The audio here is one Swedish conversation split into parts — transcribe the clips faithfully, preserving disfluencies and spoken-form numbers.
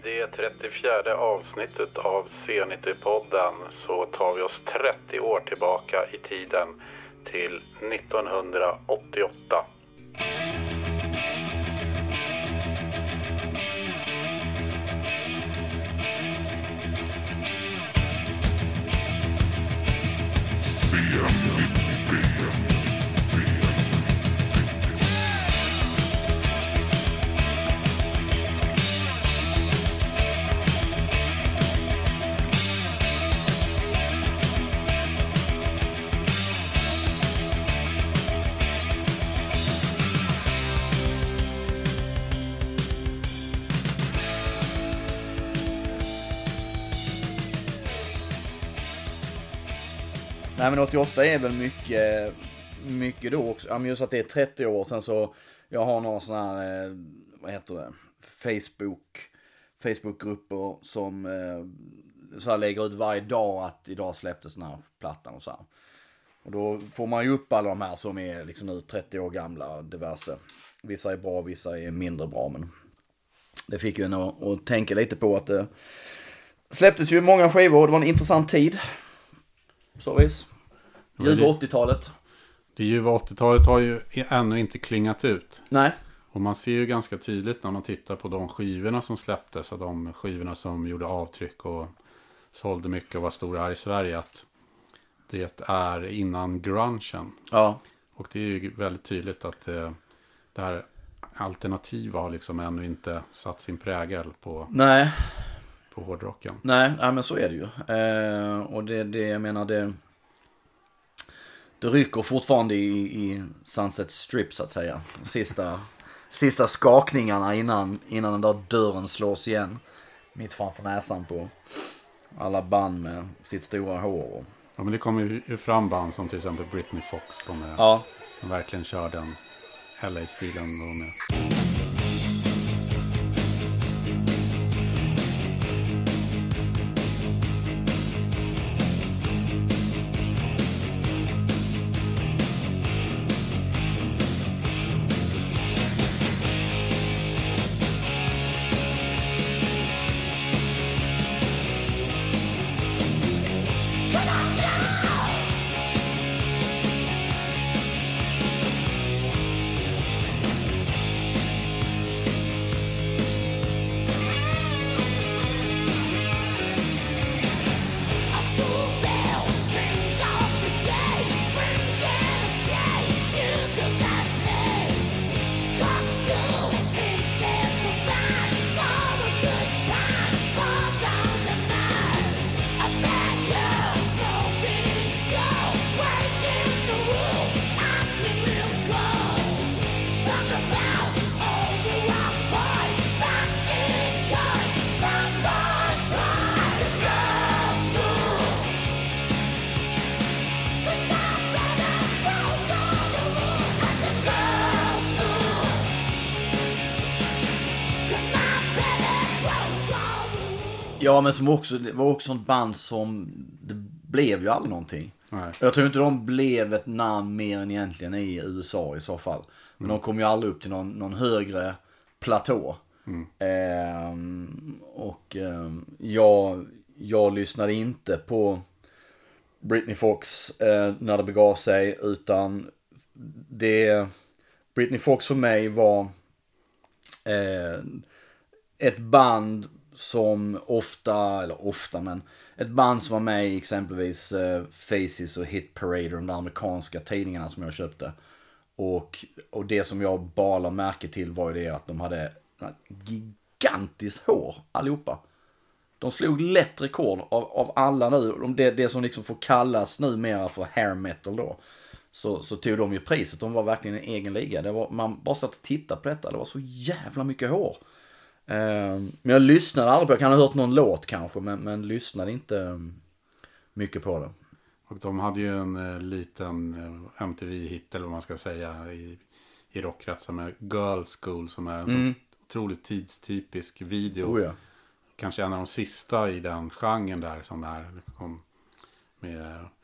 det trettiofjärde avsnittet av Zenity-podden så tar vi oss trettio år tillbaka i tiden till nittonhundraåttioåtta. Nej, men åttioåtta är väl mycket, mycket då också. Just att det är trettio år sedan, så jag har några sådana här, vad heter det, Facebook, Facebookgrupper som så här lägger ut varje dag att idag släpptes den här plattan och så här. Och då får man ju upp alla de här som är liksom nu trettio år gamla, diverse. Vissa är bra, vissa är mindre bra, men det fick ju en att, att tänka lite på att det släpptes ju många skivor och det var en intressant tid. Så vis. Ljuva åttiotalet. Det ljuva åttiotalet har ju ännu inte klingat ut. Nej. Och man ser ju ganska tydligt när man tittar på de skivorna som släpptes och de skivorna som gjorde avtryck och sålde mycket och var stora här i Sverige, att det är innan grungen. Ja. Och det är ju väldigt tydligt att det, det här alternativa har liksom ännu inte satt sin prägel på, Nej. på hårdrocken. Nej, nej, men så är det ju. Eh, och det, det, jag menar, det, det rycker fortfarande i, i Sunset Strip, så att säga. Sista, sista skakningarna innan, innan den där dörren slås igen. Mitt framför näsan på alla band med sitt stora hår. Ja, men det kommer ju fram band som till exempel Britney Fox som, är, ja. som verkligen kör den L A-stilen då med. Ja, men som också, det var också ett band som, det blev ju aldrig någonting. Nej. Jag tror inte de blev ett namn mer än egentligen i U S A i så fall. Men mm. de kom ju aldrig upp till någon, någon högre platå. Mm. Ehm, och ehm, jag, jag lyssnade inte på Britney Fox eh, när det begav sig, utan det, Britney Fox för mig var eh, ett band som ofta, eller ofta, men ett band som var med i exempelvis uh, Faces och Hit Parade och de där amerikanska tidningarna som jag köpte. Och, och det som jag bara la märke till var ju det att de hade gigantiskt hår allihopa. De slog lätt rekord av, av alla nu. Det, det som liksom får kallas numera för hair metal då. Så, så tog de ju priset. De var verkligen en egen liga. Det var, man bara satt och tittade på detta. Det var så jävla mycket hår. Men jag lyssnade aldrig på, jag kan ha hört någon låt kanske, men, men lyssnade inte mycket på det. Och de hade ju en eh, liten eh, M T V-hit eller vad man ska säga i, i rockkretsar med Girl School, som är en mm. så otroligt tidstypisk video. Oh ja. Kanske en av de sista i den genren där, som är liksom, med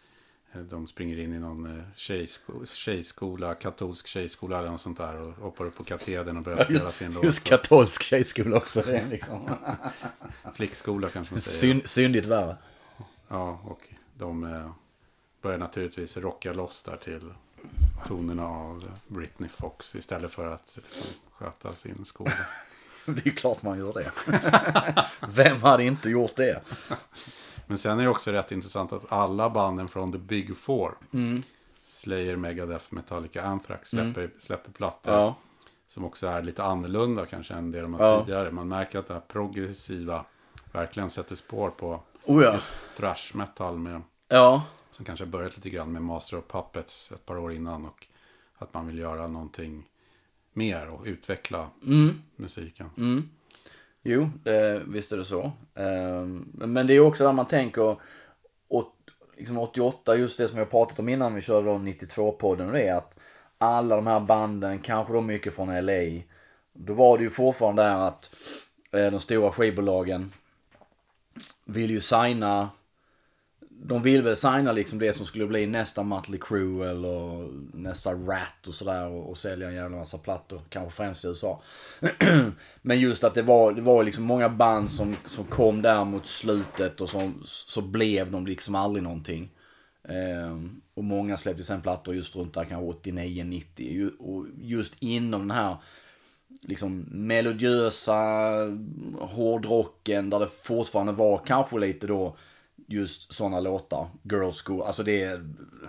de springer in i någon tjejsko- tjejskola, katolsk tjejskola eller något sånt där och hoppar upp på katedern och börjar spela just, sin låt. Just katolsk tjejskola också. Det är liksom. Flickskola kanske man säger. Syn, syndigt värre. Ja, och de eh, börjar naturligtvis rocka loss där till tonerna av Britney Fox istället för att liksom, sköta sin skola. Det är ju klart man gör det. Vem hade inte gjort det? Men sen är det också rätt intressant att alla banden från The Big Four, mm. Slayer, Megadeth, Metallica, Anthrax, släpper, mm. släpper plattor. Ja. Som också är lite annorlunda kanske än det de har ja. tidigare. Man märker att det här progressiva verkligen sätter spår på oh ja. just thrash metal med, ja. som kanske har börjat lite grann med Master of Puppets ett par år innan. Och att man vill göra någonting mer och utveckla mm. musiken. Mm. Jo, det, visst är det så. Um, men det är också där man tänker åt, liksom åttioåtta, just det som jag pratat om innan vi körde då nittiotvå-podden, det är att alla de här banden, kanske de mycket från L A, då var det ju fortfarande där att eh, de stora skivbolagen vill ju signa, de vill väl signa liksom det som skulle bli nästa Mötley Crüe eller nästa Rat och sådär och, och sälja en jävla massa plattor, kanske främst i U S A. Men just att det var, det var liksom många band som, som kom där mot slutet och som, så blev de liksom aldrig någonting. Um, och många släppte sen plattor just runt där kanske åttionio nittio och just inom den här liksom melodiösa hårdrocken där det fortfarande var kanske lite då just sådana låtar, Girl School, alltså det är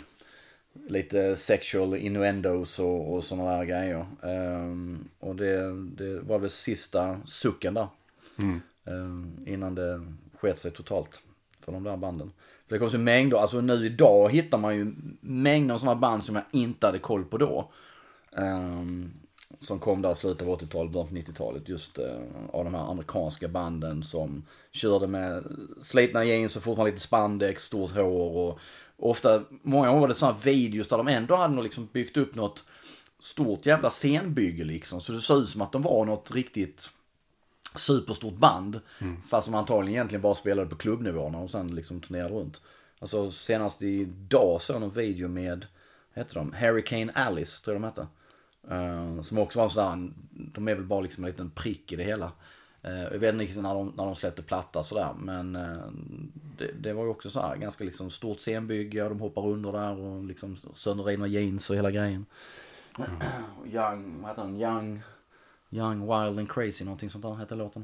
lite sexual innuendos och, och sådana där grejer. Um, och det, det var väl sista sucken där. Mm. Um, innan det sket sig totalt för de där banden. För det kom så mängder, alltså nu idag hittar man ju mängder av sådana band som jag inte hade koll på då. Um, som kom där i slutet av åttiotalet, början på nittiotalet, just uh, av de här amerikanska banden som körde med slitna jeans och fortfarande lite spandex, stort hår och ofta, många gånger var det sådana videos där de ändå hade liksom byggt upp något stort jävla scenbygge liksom, så det såg ut som att de var något riktigt superstort band, mm. fast som antagligen egentligen bara spelade på klubbnivåerna och sen liksom turnerade runt. Alltså senast idag såg jag någon video med, heter de, Hurricane Alice tror jag de hette. Uh, som också var sådär, de är väl bara liksom en liten prick i det hela. Uh, jag vet inte när de, när de släppte platta sådär, men uh, det, det var ju också sådär ganska liksom stort scenbygge och de hoppar under där och liksom sönderrivna jeans och hela grejen. Mm. Young, vad heter den? Young, Young, Wild and Crazy, någonting sånt där heter låten.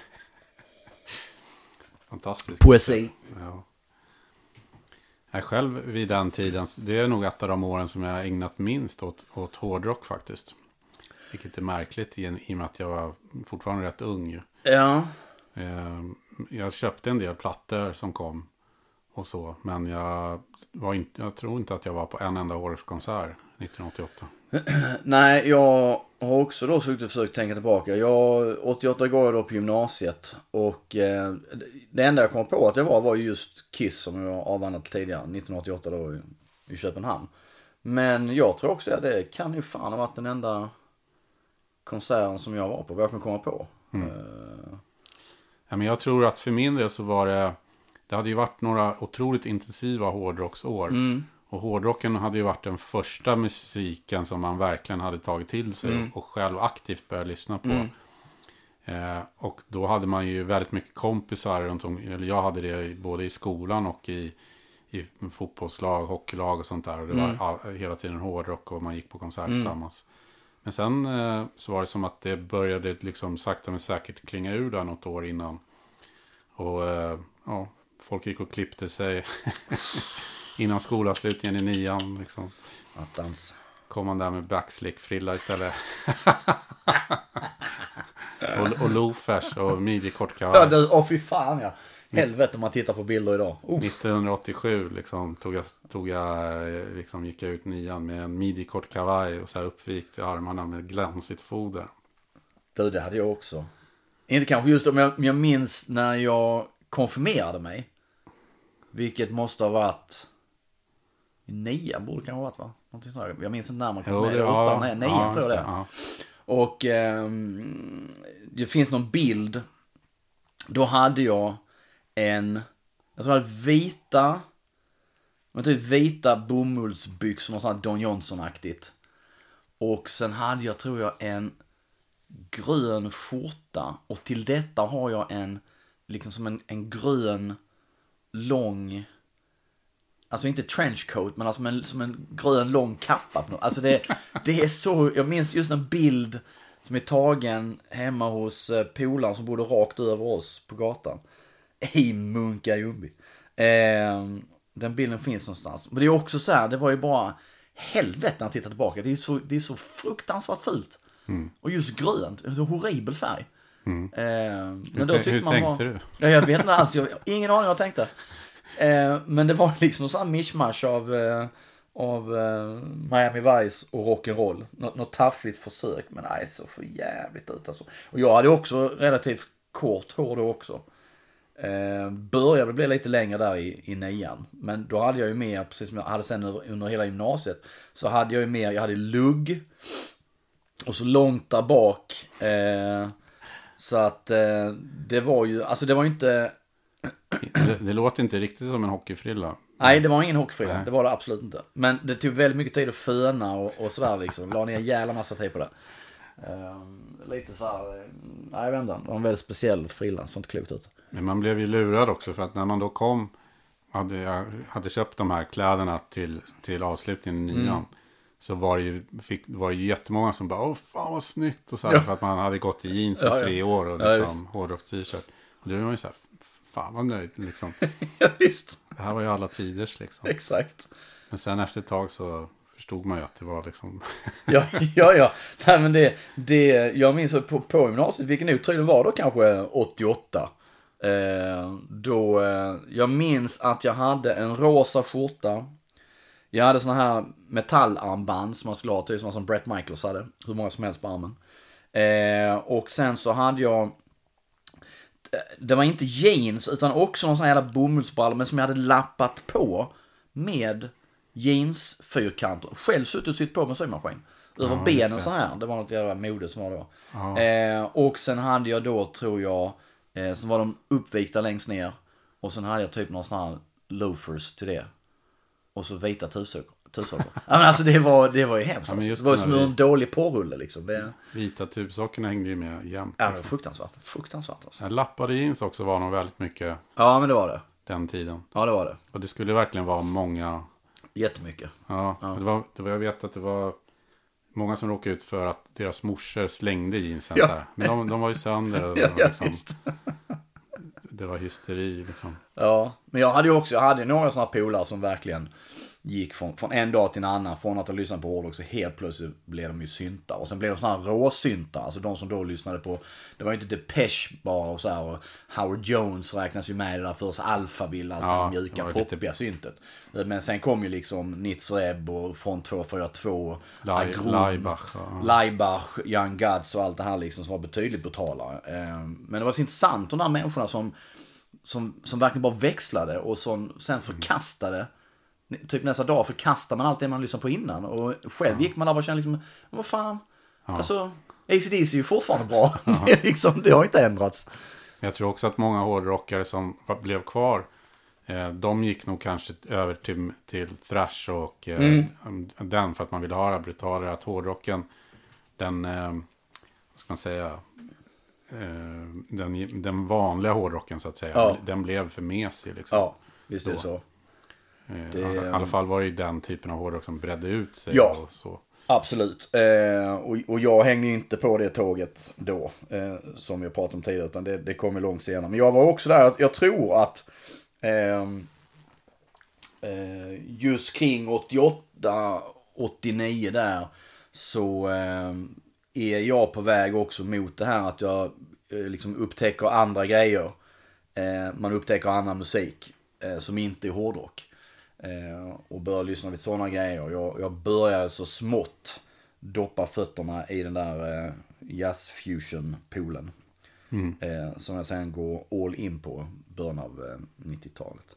Fantastiskt. Poesi. Ja. Jag själv vid den tiden, det är nog ett av de åren som jag har ägnat minst åt, åt hårdrock faktiskt. Vilket är märkligt i, i och med att jag var fortfarande rätt ung. Ja. Jag köpte en del plattor som kom och så. Men jag, var inte, jag tror inte att jag var på en enda hårdrockskonsert nittonhundraåttioåtta. Nej, jag har också då försökt tänka tillbaka. Jag, åttioåtta går jag då på gymnasiet och eh, det enda jag kom på att jag var var just Kiss som jag avhandlat tidigare, nittonhundraåttioåtta då i, i Köpenhamn. Men jag tror också att det kan ju fan ha varit den enda konserten som jag var på, vad jag kan komma på. Mm. Uh... Ja, men jag tror att för min del så var det, det hade ju varit några otroligt intensiva hårdrocksår. Mm. Och hårdrocken hade ju varit den första musiken som man verkligen hade tagit till sig mm. och själv aktivt började lyssna på. Mm. Eh, och då hade man ju väldigt mycket kompisar runt om, eller jag hade det både i skolan och i, i fotbollslag, hockeylag och sånt där. Och det mm. var all, hela tiden hårdrock och man gick på konsert mm. tillsammans. Men sen eh, så var det som att det började liksom sakta men säkert klinga ur där något år innan. Och eh, ja, folk gick och klippte sig innan skolavslutningen i nian liksom. Attans. Kom man där med backslick-frilla istället. och, och loafers och midjekortkavaj. Ja, du, åh fy fan ja. Helvete om man tittar på bilder idag. Uh. nittonhundraåttiosju liksom tog jag, tog jag liksom gick jag ut nian med en midjekortkavaj och så här uppvikt i armarna med glansigt foder. Du, det hade jag också. Inte kanske just om jag, jag minns när jag konfirmerade mig. Vilket måste ha varit i nian borde det kanske ha varit, va? Någonting sådär. Jag minns inte när man konfirmerade. Jo, åttan, nej, nian ja, tror jag det. Ja. Och eh, det finns någon bild. Då hade jag en, jag tror det var vita Men typ vita bomullsbyxor, något sånt Don Johnson-aktigt. Och sen hade jag, tror jag, en grön skjorta. Och till detta har jag en, liksom som en, en grön, lång, alltså inte trenchcoat, men alltså som en, som en grön, lång kappa. Alltså det, det är så, jag minns just en bild som är tagen hemma hos polaren som bodde rakt över oss på gatan. I Munka-Ljungby. Eh, den bilden finns någonstans. Men det är också så här, det var ju bara helvete när jag tittar tillbaka. Det är så, det är så fruktansvärt fult. Mm. Och just grönt, en så horribel färg. Mm. Eh, men hur då hur man tänkte var, du? Ja, jag vet inte alls, jag, ingen aning vad jag tänkte. Eh, men det var liksom en sån här mishmash av, eh, av eh, Miami Vice och rock'n'roll. Nå- något taffligt försök, men nej, så för jävligt ut alltså. Och jag hade också relativt kort hår då också. Eh, började bli lite längre där i, i nian. Men då hade jag ju mer, precis som jag hade sen under hela gymnasiet, så hade jag ju mer, jag hade lugg och så långt där bak. Eh, så att eh, det var ju, alltså det var ju inte... Det, det låter inte riktigt som en hockeyfrilla. Nej, det var ingen hockeyfrilla. Nej. Det var det absolut inte. Men det tog väldigt mycket tid att föna och, och sådär liksom. La ner en jävla massa tid på det. Um, lite såhär, nej jag vet inte. Det var en väldigt speciell frilla, sånt klokt ut. Men man blev ju lurad också, för att när man då kom, hade jag hade köpt de här kläderna till, till avslutningen i nian. Mm. Så var det ju, fick, var det ju jättemånga som bara, åh fan vad snyggt. Och så här, ja. För att man hade gått i jeans i ja, tre ja. år och liksom ja, hårdrocks-t-shirt. Och det var ju så här, fan vad nöjd liksom. Ja, visst. Det här var ju alla tiders liksom. Exakt. Men sen efter ett tag så förstod man ju att det var liksom... ja, ja, ja. Nej, men det, det, jag minns på, på gymnasiet, vilken nog tydligen var då kanske åttioåtta. Eh, då, eh, jag minns att jag hade en rosa skjorta. Jag hade såna här metallarmband som man skulle ha, typ som, som Bret Michaels hade. Hur många som helst på armen. Eh, och sen så hade jag... Det var inte jeans utan också någon sån här jävla bomullsbrallor, men som jag hade lappat på med jeansfyrkanter. Själv suttit och sytt på med symaskin. Över ja, benen så här. Det var något jävla mode som var då. Ja. Eh, och sen hade jag då, tror jag, eh, så var de uppvikta längst ner. Och sen hade jag typ någon sån här loafers till det. Och så vita tubsockor. Ja, men alltså det var, det var ju hemskt. Ja, det var ju som en dålig porrulle liksom. Det... Vita tubsockorna hängde ju med jämt. Ja, liksom. fruktansvärt. Fruktansvärt alltså. Lappade jeans också var nog väldigt mycket. Ja, men det var det. Den tiden. Ja, det var det. Och det skulle verkligen vara många. Jättemycket. Ja, ja. Det var, det var, jag vet att det var många som råkade ut för att deras morsor slängde jeansen ja. Så här. Men de, de var ju sönder. Och ja, var liksom, ja, det var hysteri liksom. Ja, men jag hade ju också, jag hade några sådana polare som verkligen gick från, från en dag till en annan, från att ha lyssnat på hårdrock så helt plötsligt blev de ju syntar. Och sen blev de sådana här råsyntar, alltså de som då lyssnade på, det var ju inte Depeche bara och så här, och Howard Jones räknas ju med i det där först, Alphaville, allt ja, det mjuka, poppiga lite... syntet. Men sen kom ju liksom Nitzreb och från två fyra två, Laibach, ja. Laibach, Young Gods och allt det här liksom som var betydligt brutalare. Men det var så intressant, de där människorna som, som, som verkligen bara växlade och som sen förkastade typ nästa dag förkastar man allt det man lyssnade på innan. Och själv ja. gick man där och kände liksom, vad fan, ja. alltså A C D C är ju fortfarande bra. Ja. det, är liksom, det har inte ändrats. Jag tror också att många hårdrockare som blev kvar, eh, de gick nog kanske över till, till thrash och eh, mm. den, för att man ville ha det brutalare. Att hårdrocken, den, eh, vad ska man säga, eh, den, den vanliga hårdrocken så att säga, ja. den blev för mesig liksom. Ja, visst är det så. Det, I alla fall var det ju den typen av hårdrock som bredde ut sig. Ja, och så. Absolut. Eh, och, och jag hängde ju inte på det tåget då, eh, som vi pratade om tidigare, utan det, det kom ju långt senare. Men jag var också där, jag tror att eh, eh, just kring åttioåtta åttionio där så eh, är jag på väg också mot det här att jag eh, liksom upptäcker andra grejer. Eh, man upptäcker annan musik eh, som inte är hårdrock. Eh, och börjar lyssna på sådana grejer. Jag, jag börjar så smått doppa fötterna i den där eh, jazz fusion poolen. Mm. Eh, som jag sen går all in på början av eh, nittiotalet.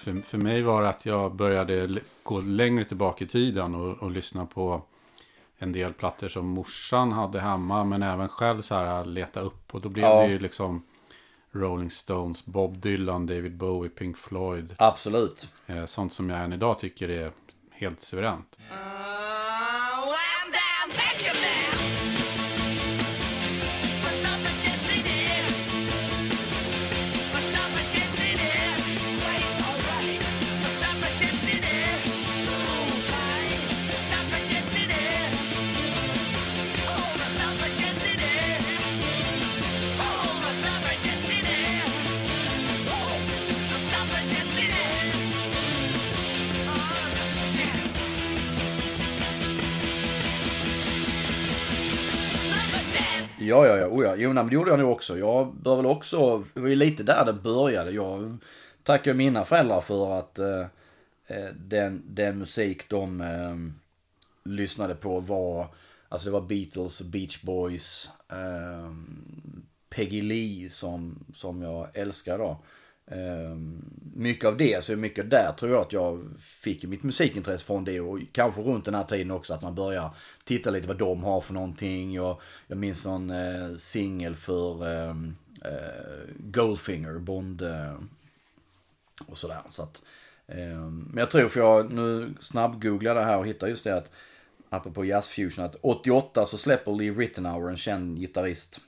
för, för mig var det att jag började gå längre tillbaka i tiden och, och lyssna på en del plattor som morsan hade hemma, men även själv så här leta upp. Och då blev ja. det ju liksom Rolling Stones, Bob Dylan, David Bowie, Pink Floyd. Absolut. Eh, sånt som jag än idag tycker är helt suveränt. Ja, ja, ja. Oh, ja. Jo, men det gjorde jag nog också. Jag bör väl också, det var ju lite där det började. Jag tackar mina föräldrar för att eh, den, den musik de eh, lyssnade på var, alltså det var Beatles, Beach Boys, eh, Peggy Lee som, som jag älskar då. Eh, mycket av det, så mycket där tror jag att jag fick mitt musikintresse från det, och kanske runt den här tiden också att man börjar titta lite vad de har för någonting. Jag, jag minns någon eh, singel för eh, eh, Goldfinger, Bond eh, och sådär. Så att, eh, men jag tror, för jag nu snabbgooglade här och hittade just det att apropå jazzfusion, att åttioåtta så släpper Lee Ritenour, en känd gitarrist,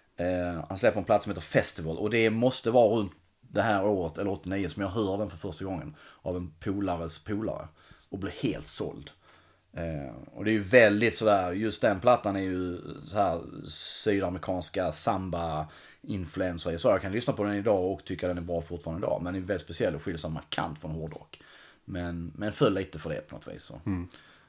eh, han släpper en plats som heter Festival, och det måste vara runt det här året, eller åttionio, som jag hör den för första gången av en polares polare och blev helt såld. Eh, och det är ju väldigt sådär, just den plattan är ju så här sydamerikanska samba-influenser, så jag kan lyssna på den idag och tycka den är bra fortfarande idag, men är väldigt speciell och skiljer sig markant från hårdrock. Men, men föll lite för det på något vis. Så. Mm.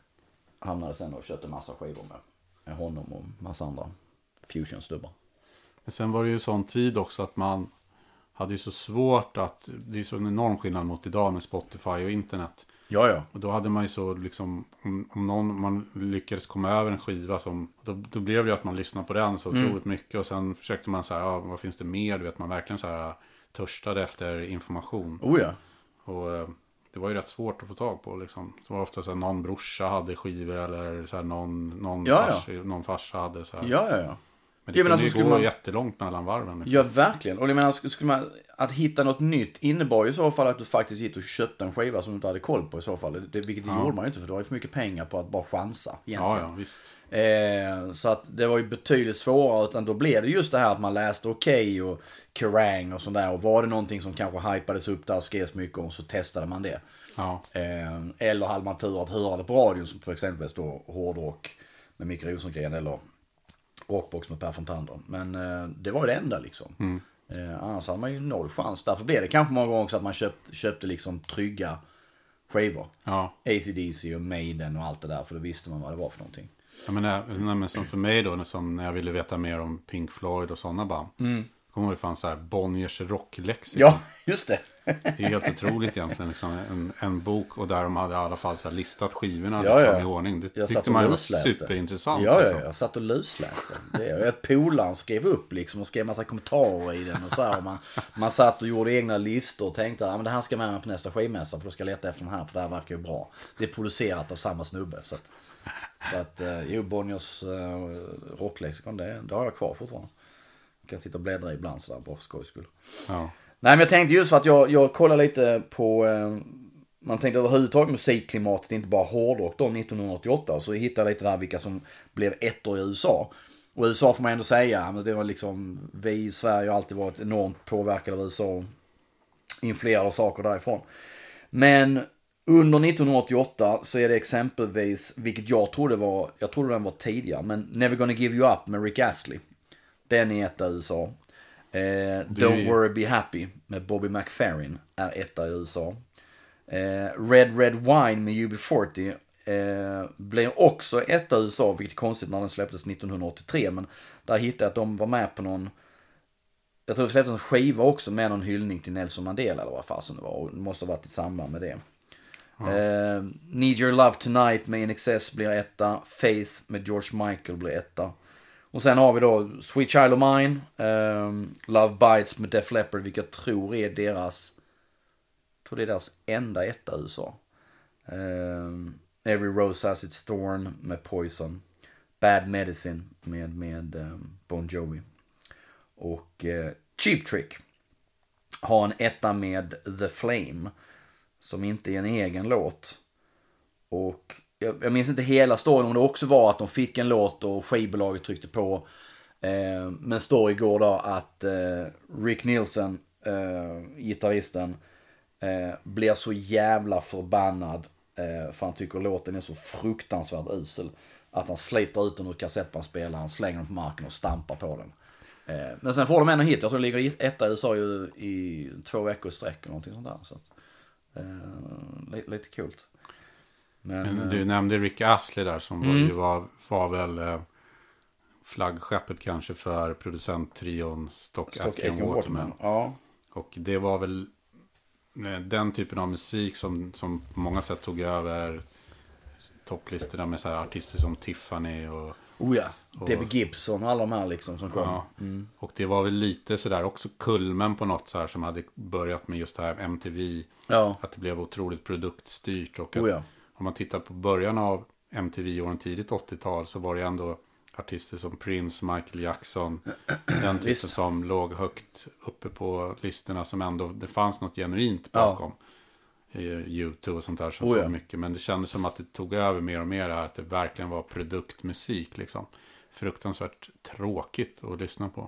Hamnade sen och köpte massa skivor med, med honom och massa andra fusion-stubbar. Men sen var det ju sån tid också att man hade ju så svårt att, det är så en enorm skillnad mot idag med Spotify och internet. Ja, ja. Och då hade man ju så liksom, om, om någon, man lyckades komma över en skiva som, då, då blev det ju att man lyssnade på den så mm. otroligt mycket. Och sen försökte man säga, ja, vad finns det mer? Du vet, man verkligen så här törstade efter information. Oh ja. Och det var ju rätt svårt att få tag på liksom. Så var det ofta så här, någon brorsa hade skivor eller så här, någon, någon, ja, fars, ja. någon farsa hade så här. Ja, ja, ja. Men det ja, men kunde alltså, ju gå man... jättelångt mellan varven. Liksom. Ja, verkligen. Och jag menar, skulle man, att hitta något nytt innebar ju i så fall att du faktiskt gick och köpte en skiva som du inte hade koll på i så fall. Det, vilket ja. det gjorde man ju inte, för det var ju för mycket pengar på att bara chansa egentligen. Ja, ja, visst. Eh, så att det var ju betydligt svårare, utan då blev det just det här att man läste Okej och Kerrang och sånt där. Och var det någonting som kanske hypades upp där, skrevs mycket om, så testade man det. Ja. Eh, eller hade man tur att höra det på radion, som för exempel då hårdrock med Micke Rosengren eller Rockbox med Per Fontander. Men eh, det var ju det enda liksom. Mm. Eh, annars hade man ju noll chans. Därför blev det kanske många gånger också att man köpt, köpte liksom trygga skivor. Ja. A C D C och Maiden och allt det där. För då visste man vad det var för någonting. Ja, men, nej, men som för mig då, som när jag ville veta mer om Pink Floyd och sådana band. Mm. Kommer det fanns så här Bonniers rocklexikon. Ja, just det. Det är helt otroligt egentligen. Liksom, en, en bok, och där de hade i alla fall så här listat skivorna ja, liksom, ja. i ordning. Det jag tyckte man var superintressant. Ja, ja, liksom. ja, jag satt och lusläste. Det är ett polaren skrev upp liksom, och skrev massa kommentarer i den. Och så här, och man, man satt och gjorde egna listor och tänkte att ah, det här ska med på nästa skivmässa, för då ska jag leta efter den här, för det här verkar ju bra. Det är producerat av samma snubbe. Så att, så att jo, Bonniers uh, rocklexikon, det, det har jag kvar fortfarande. Jag kan sitta och bläddra ibland sådär, bara för skojs skull. Ja. Nej, men jag tänkte just för att jag, jag kollar lite på, eh, man tänkte överhuvudtaget musikklimatet, inte bara hårdrock då nittonhundraåttioåtta. Så jag hittade lite där vilka som blev ettor i U S A. Och U S A får man ändå säga, men det var liksom, vi i Sverige har alltid varit enormt påverkade av U S A och influerade saker därifrån. Men under nittonhundraåttioåtta så är det exempelvis, vilket jag trodde var, jag trodde den var tidigare, men Never Gonna Give You Up med Rick Astley. Den är etta i U S A. Eh, Don't Worry Be Happy med Bobby McFerrin är etta i U S A. Eh, Red Red Wine med U B fyrtio eh, blev också etta i U S A, vilket är konstigt när den släpptes nittonhundraåttiotre. Men där hittade jag att de var med på någon, jag tror det släpptes en skiva också med någon hyllning till Nelson Mandela eller vad fasen det var. Och det måste ha varit i samband med det. Mm. Eh, Need Your Love Tonight med In Excess blir etta. Faith med George Michael blir etta. Och sen har vi då Sweet Child of Mine, um, Love Bites med Def Leppard, vilket jag tror är deras, jag tror det är deras enda etta i U S A. Um, Every Rose Has Its Thorn med Poison. Bad Medicine med, med um, Bon Jovi. Och uh, Cheap Trick har en etta med The Flame, som inte är en egen låt. Och jag, jag minns inte hela storyn, om det också var att de fick en låt och skivbolaget tryckte på. Eh, men story går då att eh, Rick Nielsen, eh, gitarristen, eh, blir så jävla förbannad eh, för han tycker låten är så fruktansvärt usel att han sliter ut den ur kassettbandspelaren, slänger den på marken och stampar på den. Eh, men sen får de ändå hit. Jag tror det ligger etta i U S A ju i två veckor sträck eller någonting sånt där. Så att, eh, lite, lite kul. Men, Men du eh, nämnde Rick Astley där som mm. var, var, var väl eh, flaggskeppet kanske för producenttrion Stock, Stock Aitken Waterman. Waterman. Ja. Och det var väl den typen av musik som, som på många sätt tog över topplistorna med så här artister som Tiffany och... Oh ja, Debbie Gibson och alla de här liksom som kom. Ja. Mm. Och det var väl lite sådär också kulmen på något så här som hade börjat med just det här M T V. Ja. Att det blev otroligt produktstyrt. Och att, oh ja. om man tittar på början av M T V-åren tidigt åttiotal så var det ändå artister som Prince, Michael Jackson. Den typen som låg högt uppe på listorna som ändå, det fanns något genuint bakom. Ja. YouTube och sånt där som oh, ja. så mycket. Men det kändes som att det tog över mer och mer här, att det verkligen var produktmusik liksom. Fruktansvärt tråkigt att lyssna på.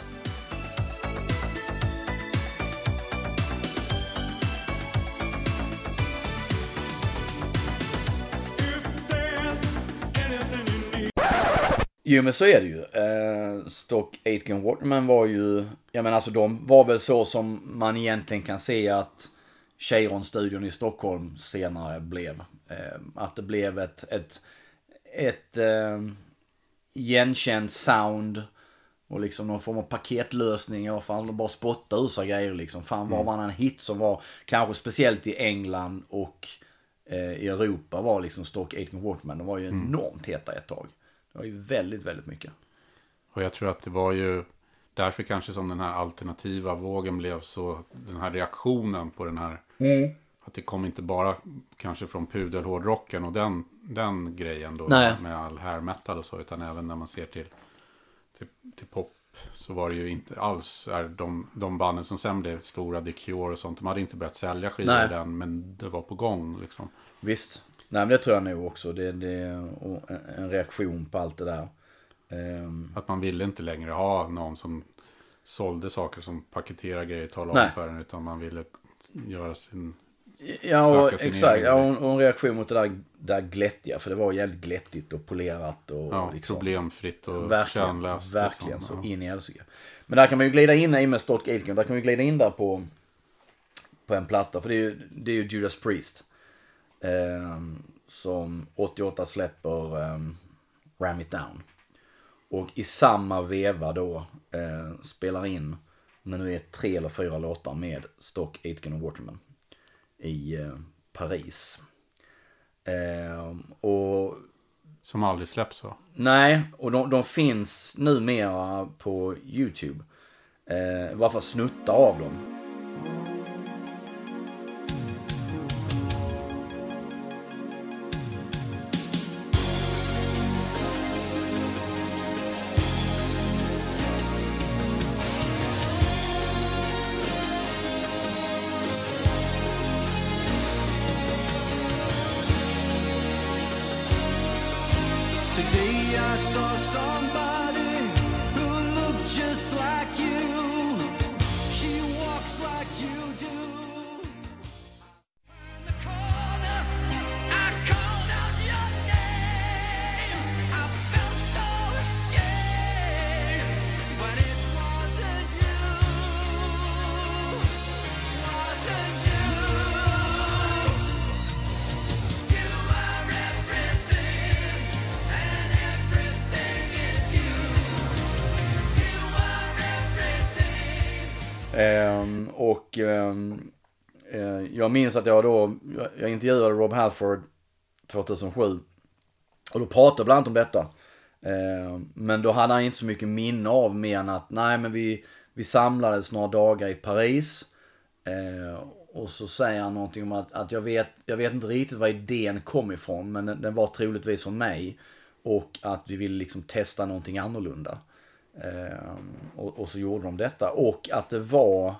Jo men så är det ju. Eh, Stock Aitken Waterman var ju, jag menar alltså de var väl så som man egentligen kan se att Cheiron-studion i Stockholm senare blev. Eh, att det blev ett, ett, ett eh, igenkänt sound och liksom någon form av paketlösning. Och fan, de bara spotta ur sig grejer liksom. Fan, var var en hit som var, kanske speciellt i England och eh, i Europa var liksom Stock Aitken Waterman. De var ju enormt heta ett tag. Det var ju väldigt, väldigt mycket. Och jag tror att det var ju därför kanske som den här alternativa vågen blev så, den här reaktionen på den här, mm. att det kom inte bara kanske från pudelhårdrocken och den, den grejen då med, med all hair metal och så, utan även när man ser till, till, till pop så var det ju inte alls, är de, de banden som sen blev stora, The Cure och sånt, de hade inte börjat sälja skivor den, men det var på gång liksom. Visst, nej men det tror jag nog också, det, det är en reaktion på allt det där. Um... Att man ville inte längre ha någon som sålde saker som paketerar grejer och talar om för en, utan man ville göra sin... Ja, och, sin exakt. Ja, och en reaktion mot det där, där glättiga, för det var jävligt glättigt och polerat och ja, liksom, problemfritt och verkligen, kärnlöst. Verkligen, liksom. så in i helsike. Men där kan man ju glida in i med Stock Aitken, där kan vi glida in där på, på en platta, för det är ju, det är ju Judas Priest eh, som åttioåtta släpper eh, Ram It Down. Och i samma veva då eh, spelar in, när nu är tre eller fyra låtar med Stock Aitken och Waterman i eh, Paris. Eh, och som aldrig släpps så. Nej, och de, de finns numera på YouTube. Eh, I varje fall snuttar av dem. Today I saw somebody who looked just like you. She walks like you do. Turn the corner, I called out your name. I felt so ashamed, but it wasn't you. Wasn't you? You are everything. Um, och um, uh, jag minns att jag då jag, jag intervjuade Rob Halford tjugohundrasju och då pratade bland annat om detta. Uh, men då hade han inte så mycket minne av mer än att nej men vi, vi samlades några dagar i Paris uh, och så säger han någonting om att, att jag, vet, jag vet inte riktigt var idén kom ifrån, men den, den var troligtvis från mig. Och att vi ville liksom testa någonting annorlunda. Eh, och, och så gjorde de detta. Och att det var...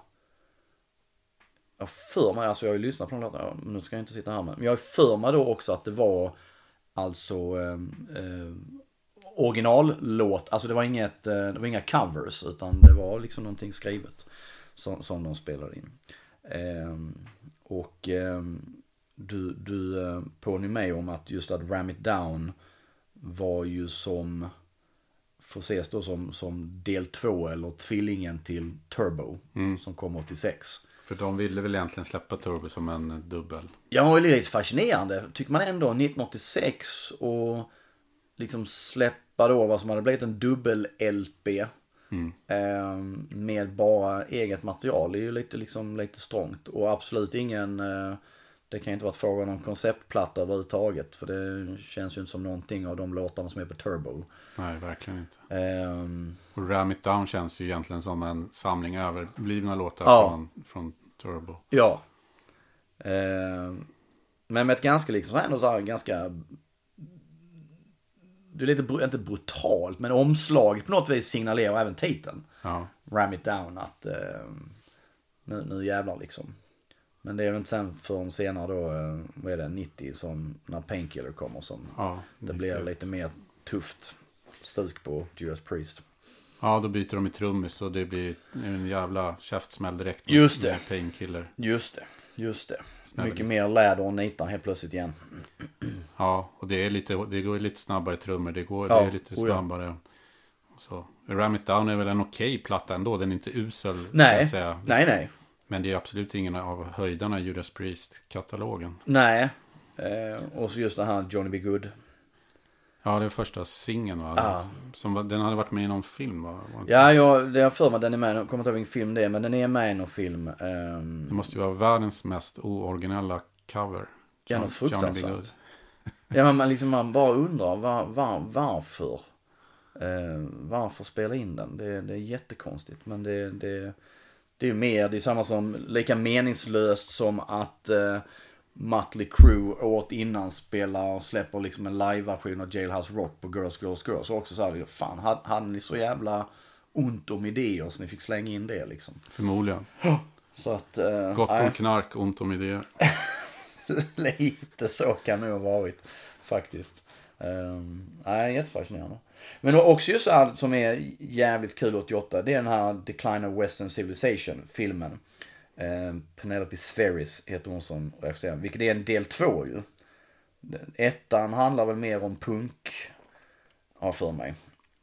Jag för mig, alltså jag har ju lyssnat på den låten, nu ska jag inte sitta här med. Men jag för mig då också att det var alltså eh, eh, originallåt. Alltså det var inget, eh, det var inga covers, utan det var liksom någonting skrivet som, som de spelade in. Eh, och eh, du, du eh, påminner mig om att just att Ram It Down var ju som, får ses då som, som del två eller tvillingen till Turbo mm. som kom åttiosex. För de ville väl egentligen släppa Turbo som en dubbel. Ja, det var lite fascinerande. Tycker man ändå nittonhundraåttiosex och liksom släppa då vad som hade blivit en dubbel-L P mm. eh, med bara eget material. Det är ju lite, liksom, lite strångt och absolut ingen... Eh, det kan inte vara frågan om konceptplatta överhuvudtaget. För det känns ju inte som någonting av de låtarna som är på Turbo. Nej, verkligen inte. Um, och Ram It Down känns ju egentligen som en samling överblivna låtar ja. från, från Turbo. Ja. Um, men med ett ganska liksom ändå så här ganska... Det är lite, inte brutalt, men omslaget på något vis signalerar även titeln. Ja. Ram It Down, att um, nu, nu jävlar liksom. Men det är ju inte sen förrän senare då, vad är det, nittio som när Painkiller kommer som ja, det blir lite mer tufft stuk på Judas Priest. Ja, då byter de i trummis och det blir en jävla käftsmäll direkt med, just det. med Painkiller. Just det, just det. Smäller. Mycket mer läder och nitar helt plötsligt igen. Ja, och det är lite, det går lite snabbare trummor, det går ja, det är lite snabbare. Så Ram It Down är väl en okej platta ändå, den är inte usel. Nej, att säga. nej, nej. Men det är absolut ingen av höjdarna i Judas Priest-katalogen. Nej, eh, och så just det här Johnny B. Good. Ja, det är första singeln va? Ah. Som var, den hade varit med i någon film va? Var ja, jag, det är för mig den är med, jag kommer inte ihåg vilken film det är, men den är med i någon film. Um, det måste ju vara världens mest ooriginella cover. Ja, något fruktansvärt. Johnny B. Good. Ja, men man, liksom, man bara undrar var, var, varför. Eh, varför spela in den? Det, det är jättekonstigt, men det, det, det är ju mer, det är samma som, lika meningslöst som att eh, Mötley Crüe året innan spelar och släpper liksom en live-version av Jailhouse Rock på Girls, Girls, Girls. Och också så här, fan, hade, hade ni så jävla ont om idéer så ni fick slänga in det liksom. Förmodligen. Så att, eh, gott om nej. knark, ont om idéer. Lite så kan det ha varit faktiskt. Um, nej, jättefascinerande. Men också just så här, som är jävligt kul åttioåtta, det är den här Decline of Western Civilization filmen. Um, Penelope Spheris heter hon som regisserar, vilket är en del två ju. Ettan handlar väl mer om punk, ja, för mig.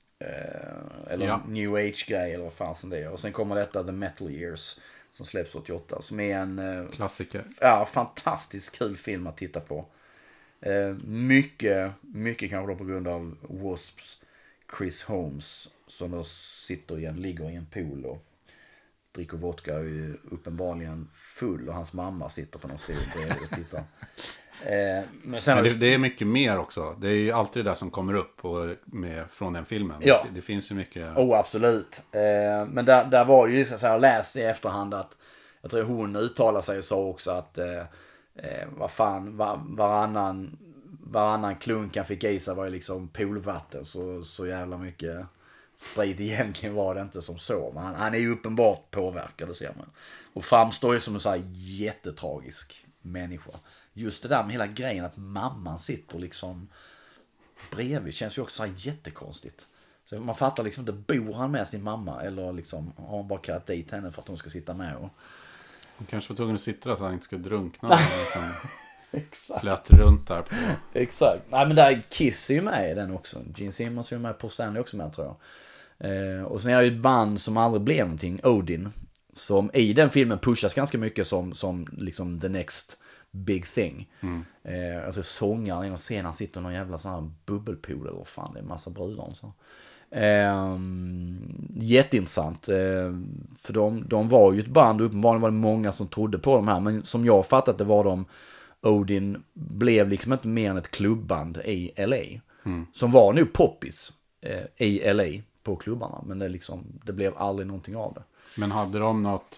Uh, eller ja. New Age-grej eller vad fan som det är. Och sen kommer detta The Metal Years som släpps åttioåtta, som är en uh, klassiker. Ja, fantastiskt kul film att titta på. Uh, mycket, mycket kanske då på grund av W A S Ps Chris Holmes som då sitter i en, ligger i en pool och dricker vodka och är uppenbarligen full och hans mamma sitter på någon stol och tittar. Eh, men sen men det, det är mycket mer också. Det är ju alltid det där som kommer upp på, med, från den filmen. Ja. Det, det finns ju mycket. Oh, absolut. Eh, men där, där var det ju så att jag läste i efterhand att jag tror hon uttalar sig och sa också att eh, eh, vad fan, var, varannan varannan klunk han fick i sig var ju liksom poolvatten, så, så jävla mycket sprit egentligen var det inte som så. Men han, han är ju uppenbart påverkad, det ser man. Och framstår ju som en så här jättetragisk människa. Just det där med hela grejen att mamman sitter liksom bredvid känns ju också så här jättekonstigt. Så man fattar liksom inte, bor han med sin mamma eller liksom har han bara kallat dit henne för att hon ska sitta med och... Hon kanske var tvungen att sitta där så han inte skulle drunkna. Liksom. Exakt. Flöt runt där på. Exakt. Nej, men där Kiss är ju med i den också. Gene Simmons är ju med, på Stanley också med, tror jag. Eh, och sen är det ju ett band som aldrig blev någonting, Odin, som i den filmen pushas ganska mycket som, som liksom the next big thing. Mm. Eh, alltså sångaren i någon scen, han sitter i någon jävla sån här bubbelpool eller vad fan, det är en massa brudar och så. Eh, jätteintressant. Eh, för de, de var ju ett band, uppenbarligen var det många som trodde på de här, men som jag fattat det var de, Odin blev liksom inte mer än ett klubband i L A. Mm. Som var nu poppis eh, i L A på klubbarna. Men det, liksom, det blev aldrig någonting av det. Men hade de något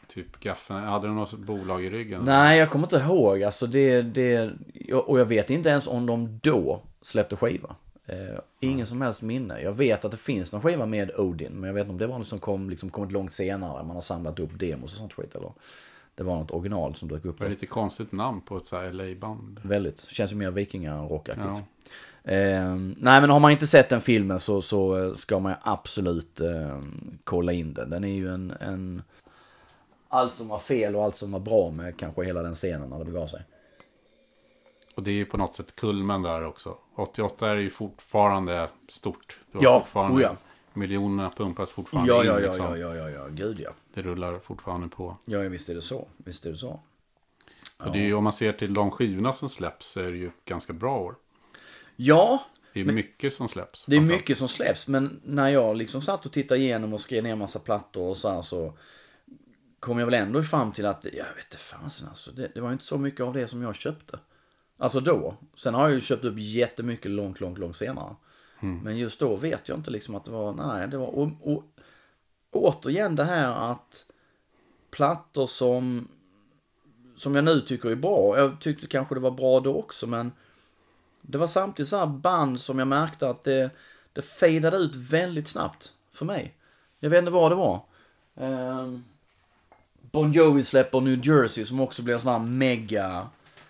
typ Geffen? Hade du något bolag i ryggen? Nej, jag kommer inte ihåg. Alltså det, det, och jag vet inte ens om de då släppte skiva. Eh, ingen mm. som helst minne. Jag vet att det finns någon skiva med Odin, men jag vet inte om det var något som kom, liksom, kommit långt senare. Man har samlat upp demos och sånt skit, eller det var något original som dök upp. Det är lite konstigt namn på ett så här L A-band. Väldigt. Känns ju mer vikingarockaktigt. Ja. Eh, nej, men har man inte sett den filmen så, så ska man absolut eh, kolla in den. Den är ju en, en... Allt som var fel och allt som var bra med kanske hela den scenen när det begav sig. Och det är ju på något sätt kulmen där också. åttioåtta är ju fortfarande stort. Ja, fortfarande oh ja. Miljonerna pumpas fortfarande ja, in. Ja, ja, liksom. ja, ja, ja, ja, gud ja. Det rullar fortfarande på. Ja, visst är det så. Visst är det så. Ja. Och det är ju, om man ser till de skivorna som släpps så är det ju ett ganska bra år. Ja. Det är men, mycket som släpps. Det är mycket som släpps, men när jag liksom satt och tittade igenom och skrev ner en massa plattor och så här, så kom jag väl ändå fram till att, jag vet inte fansen alltså, det, det var inte så mycket av det som jag köpte. Alltså då. Sen har jag ju köpt upp jättemycket långt, långt, långt senare. Mm. Men just då vet jag inte liksom att det var, nej, det var, och, och återigen det här att plattor som, som jag nu tycker är bra, jag tyckte kanske det var bra då också, men det var samtidigt så här band som jag märkte att det, det fejdade ut väldigt snabbt för mig. Jag vet inte vad det var. Um, Bon Jovi släpper New Jersey som också blev en sån här mega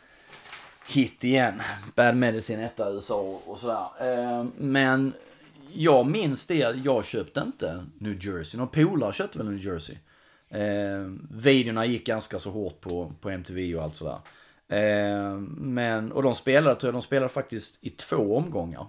hit igen. Bad Medicine etta i U S A och sådär. Um, men jag minns det, jag köpte inte New Jersey. Någon polare köpte väl New Jersey. Um, videorna gick ganska så hårt på, på M T V och allt sådär. Eh, men, och de spelade, tror jag, de spelade faktiskt i två omgångar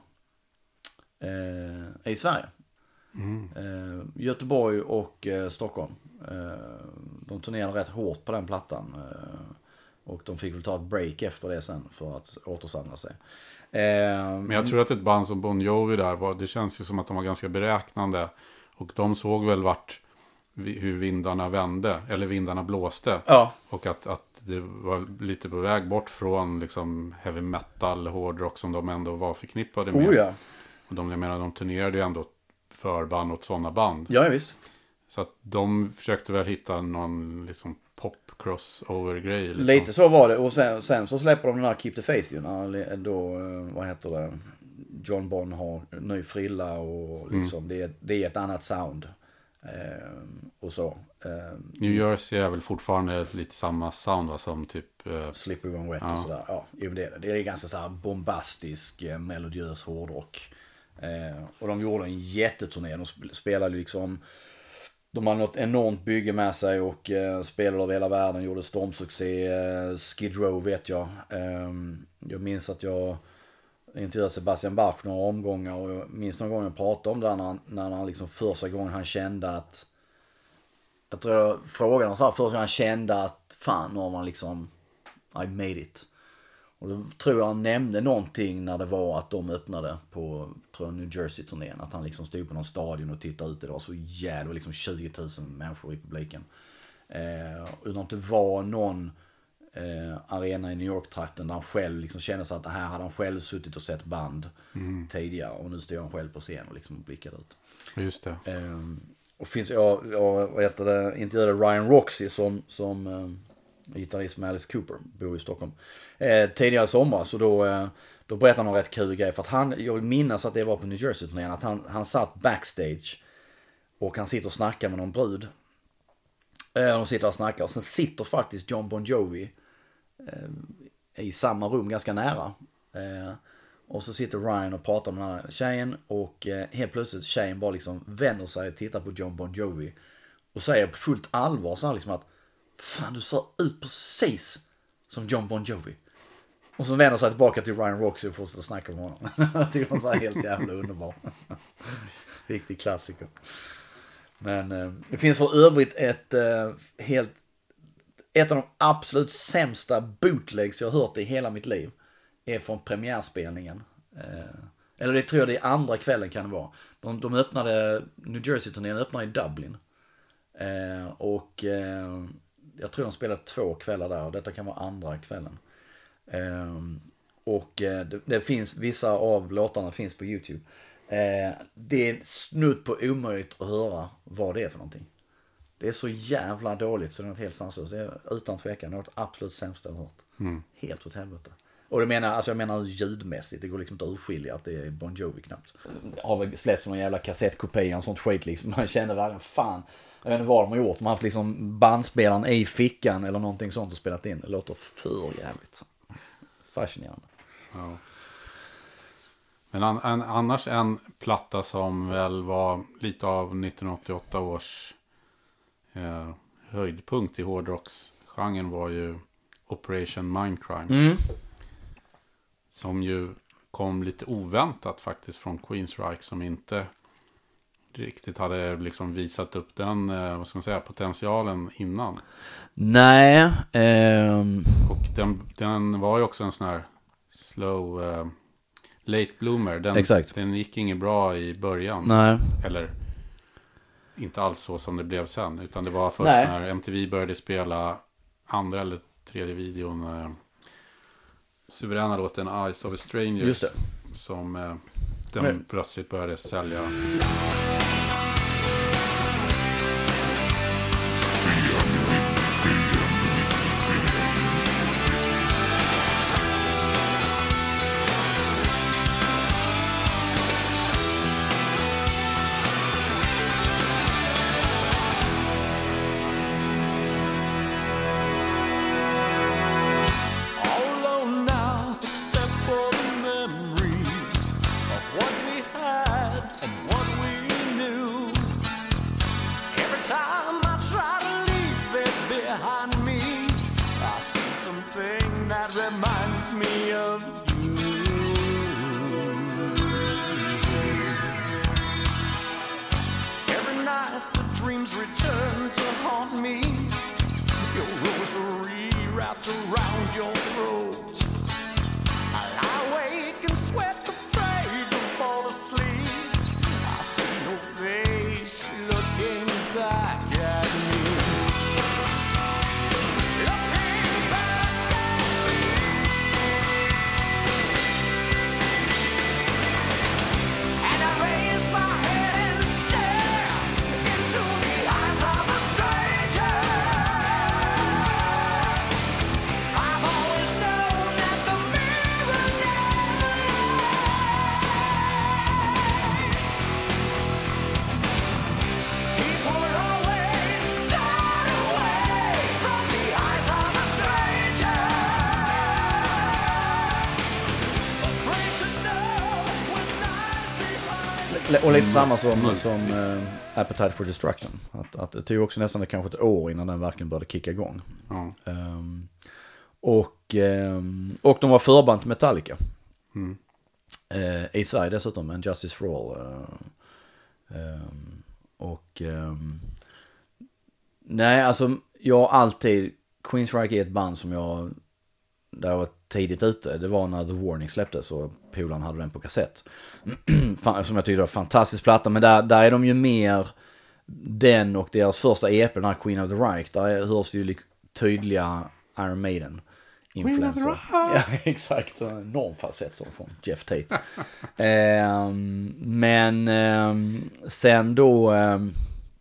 eh, i Sverige. Mm. Eh, Göteborg och eh, Stockholm. Eh, de turnerade rätt hårt på den plattan. Eh, och de fick väl ta ett break efter det sen för att återsamla sig. Eh, men jag tror att ett band som Bon Jovi där var, det känns ju som att de var ganska beräknande. Och de såg väl vart hur vindarna vände, eller vindarna blåste. Ja. Och att, att det var lite på väg bort från liksom heavy metal, hårdrock som de ändå var förknippade med. Oh ja. Och de, jag menar, de turnerade ju ändå förband åt sådana band. Ja, visst. Så att de försökte väl hitta någon liksom pop crossover-grej. Liksom. Lite så var det. Och sen, sen så släpper de den här Keep the Faith ju. När då, vad heter det, John Bon har ny frilla och liksom, mm. det, är, det är ett annat sound. Eh, och så. Eh, New Jersey är väl fortfarande lite samma sound, va, som typ eh, Slippery When Wet ja. och sådär. Ja, jo, det är det. Det är ganska så här bombastisk, eh, melodiös hårdrock. Eh, och de gjorde en jätteturné. De spelade liksom, de hade något enormt bygge med sig och eh, spelade över hela världen. Gjorde stormsuccé. Eh, Skid Row vet jag. Eh, jag minns att jag intervjuade Sebastian Bach några omgångar och jag minns någon gång jag pratade om det när han, när han liksom första gången han kände att, jag tror jag frågade honom så här, första gången han kände att fan, nu har man liksom I made it. Och då tror jag han nämnde någonting när det var att de öppnade på, tror jag, New Jersey-turnén, att han liksom stod på någon stadion och tittade ut, det var så jävla liksom tjugo tusen människor i publiken. Eh, utan att det var någon Eh, arena i New York-trakten där han själv liksom kände sig att det här hade han själv suttit och sett band mm. tidigare och nu står han själv på scen och liksom blickar ut. Just det. Eh, och finns jag, jag vad heter det, intervjuade Ryan Roxy som, som eh, gitarrist med Alice Cooper, bor i Stockholm. Eh, tidigare sommar så då, eh, då berättade han en rätt kul grej för att han, jag vill minnas att det var på New Jersey-turnén, att han, han satt backstage och han sitter och snackar med någon brud. Eh, de sitter och snackar och sen sitter faktiskt John Bon Jovi i samma rum ganska nära. Eh, och så sitter Ryan och pratar med den här tjejen och eh, helt plötsligt tjejen bara liksom vänder sig och tittar på John Bon Jovi och säger på fullt allvar så här liksom att fan, du ser ut precis som John Bon Jovi. Och så vänder sig tillbaka till Ryan Roxy och fortsätter snacka med honom. Jag tycker han är helt jävla underbar. Riktig klassiker. Men eh, det finns för övrigt ett eh, helt ett av de absolut sämsta bootlegs jag har hört i hela mitt liv är från premiärspelningen. Eh, eller det tror jag det är andra kvällen kan det vara. De, de öppnade, New Jersey-turnén öppnade i Dublin. Eh, och eh, jag tror de spelade två kvällar där och detta kan vara andra kvällen. Eh, och eh, det, det finns, vissa av låtarna finns på YouTube. Eh, det är snudd på omöjligt att höra vad det är för någonting. Det är så jävla dåligt så det är något helt sanslöst. Det är utan tvekan något absolut sämsta jag har hört. Mm. Helt åt helvete. Och det menar, alltså jag menar ljudmässigt, det går liksom inte att urskilja att det är Bon Jovi knappt. Har väl släppt någon jävla kassettkopia och sånt skit liksom. Man känner verkligen fan, jag vet inte vad de har gjort. Man har haft liksom bandspelaren i fickan eller någonting sånt och spelat in. Det låter för jävligt. Fascinerande. Ja. Men an, an, annars en platta som väl var lite av nittonhundraåttioåtta års eh, höjdpunkt i hårdrocksgenren var ju Operation Mindcrime. Mm. Som ju kom lite oväntat faktiskt från Queensryche som inte riktigt hade liksom visat upp den, eh, vad ska man säga, potentialen innan. Nej. Ehm... Och den, den var ju också en sån här slow eh, late bloomer. Den, Exakt. Den gick inget bra i början. Nej. Eller inte alls så som det blev sen. Utan det var först Nej. när M T V började spela andra eller tredje videon. Eh, suveräna låten Eyes of a Stranger. Just det. Som eh, den Men... plötsligt började sälja. Me of you. Every night the dreams return to haunt me. Your rosary wrapped around your throat. I lie awake and sweat, afraid to fall asleep. I see your face looking back at me. Och lite samma som, som uh, Appetite for Destruction. Att, att det tog också nästan kanske ett år innan den verkligen började kicka igång. Ja. Um, och, um, och de var förband till Metallica. Mm. Uh, I Sverige dessutom, en Justice for All. Uh, um, och um, nej, alltså jag har alltid, Queensryche är ett band som jag, där jag var tidigt ute. Det var när The Warning släpptes och Polan hade den på kassett. Som jag tyckte var fantastisk platta. Men där, där är de ju mer den och deras första E P, den här Queen of the Reich. Där hörs det ju tydliga Iron Maiden-influenser. Ja, exakt. En enorm falsett som från Jeff Tate. um, men um, sen då um,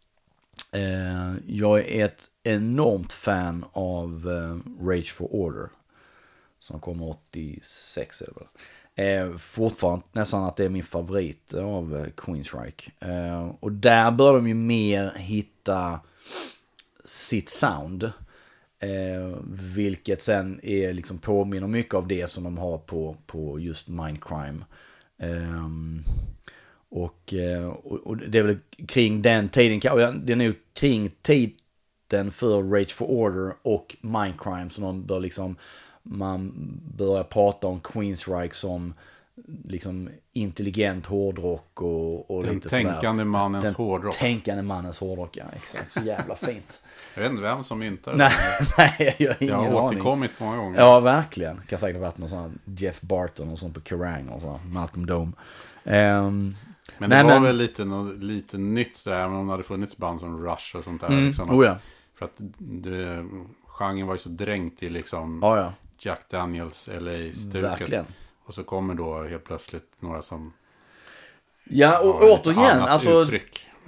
uh, jag är ett enormt fan av uh, Rage for Order. Som kommer åttiosex eller vad. Eh, fortfarande nästan att det är min favorit av eh, Queensryche. Eh, och där bör de ju mer hitta sitt sound. Eh, vilket sen är liksom påminner mycket av det som de har på, på just Mindcrime. Eh, och, och, och det är väl kring den tiden, det är nog kring tiden för Rage for Order och Mindcrime som de bör liksom, man börjar prata om Queensryche som liksom intelligent hårdrock och, och den lite tänkande sådär. mannens den hårdrock. tänkande mannens hårdrock, ja, exakt. Så jävla fint. Jag vet inte vem som myntar det. nej, nej, jag har ingen Jag har aning. återkommit många gånger. Ja, verkligen. Det kan säkert ha varit någon sån Jeff Barton och sånt på Kerrang och så, Malcolm Dome. Um, men det nej, var men... väl lite, något, lite nytt sådär, även om det hade funnits band som Rush och sånt där. Mm, liksom, oh ja. För att det, genren var ju så dränkt i liksom oh ja. Jack Daniels L A-stuket. Verkligen. Och så kommer då helt plötsligt några som ja, och har återigen, annat alltså uttryck.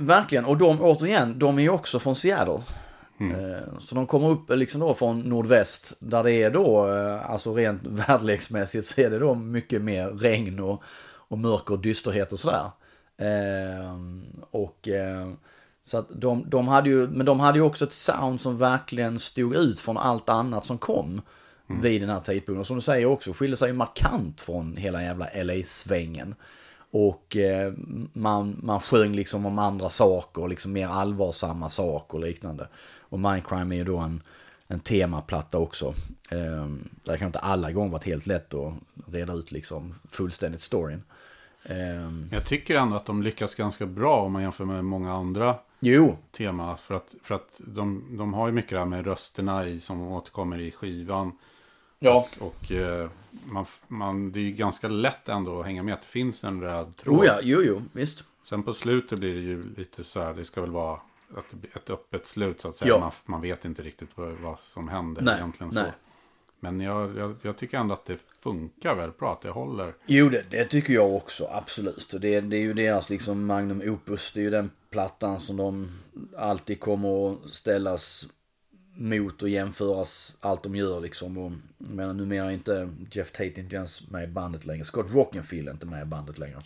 verkligen. Och de, återigen, de är ju också från Seattle. Mm. Så de kommer upp liksom då från nordväst, där det är då, alltså rent väderleksmässigt så är det då mycket mer regn och, och mörker och dysterhet och sådär. Eh, och eh, så att de, de hade ju, men de hade ju också ett sound som verkligen stod ut från allt annat som kom mm. vid den här tidpunkten. Och som du säger också, skiljer sig markant från hela jävla L A-svängen. Och eh, man, man sjöng liksom om andra saker, liksom mer allvarsamma saker och liknande. Och Mindcrime är ju då en, en temaplatta också. Eh, där kan inte alla gånger varit helt lätt att reda ut liksom fullständigt storyn. Eh, Jag tycker ändå att de lyckas ganska bra om man jämför med många andra jo. teman. För att, för att de, de har ju mycket där med rösterna i som återkommer i skivan. Ja. Och, och eh, man, man, det är ju ganska lätt ändå att hänga med att det finns en röd tråd. Oh ja, jo, jo, visst. Sen på slutet blir det ju lite så här, det ska väl vara ett, ett öppet slut så att säga. Ja. Man, man vet inte riktigt vad, vad som händer nej, egentligen nej. så. Men jag, jag, jag tycker ändå att det funkar väldigt bra, att det håller. Jo, det, det tycker jag också, absolut. Och det, det är ju deras liksom magnum opus, det är ju den plattan som de alltid kommer att ställas mot och jämföras allt de gör liksom. Och, men numera är inte Jeff Tate inte ens med i bandet längre. Scott Rockenfield är inte med i bandet längre.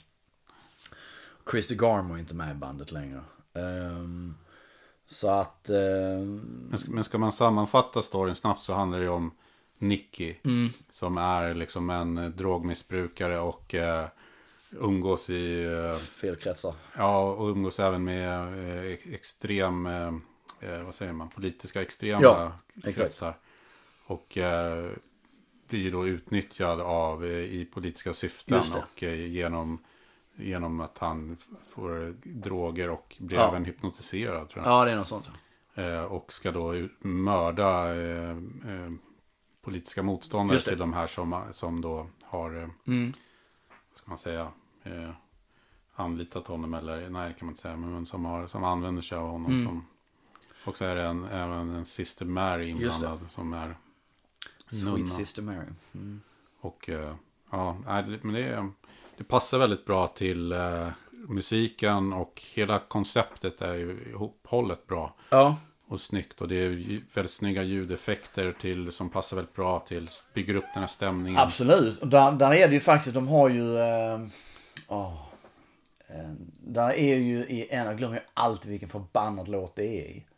Chris DeGarmo är inte med i bandet längre. Um, så att... Um... Men, ska, men ska man sammanfatta storyn snabbt så handlar det om Nicky mm. som är liksom en drogmissbrukare och uh, umgås i... Uh, fel kretsar. Ja, och umgås även med uh, extrem... Uh, Eh, vad säger man, politiska extrema ja, kretsar. Och eh, blir då utnyttjad av eh, i politiska syften och eh, genom, genom att han får droger och blir ja. även hypnotiserad tror jag. Ja, det är något sånt. Eh, och ska då mörda eh, eh, politiska motståndare till de här som, som då har eh, mm. vad ska man säga eh, anlitat honom eller nej det kan man inte säga men som, har, som använder sig av honom mm. som. Och så är det en, även en Sister Mary inblandad som är nunna. Sweet Sister Mary. Mm. Och ja, men det, det passar väldigt bra till uh, musiken och hela konceptet är ju ihophållet bra. Ja. Och snyggt och det är väldigt snygga ljudeffekter till, som passar väldigt bra till, bygger upp den här stämningen. Absolut, och där, där är det ju faktiskt, de har ju... Uh, oh. Uh, där är ju i en, jag glömmer ju alltid vilken förbannad låt det är i.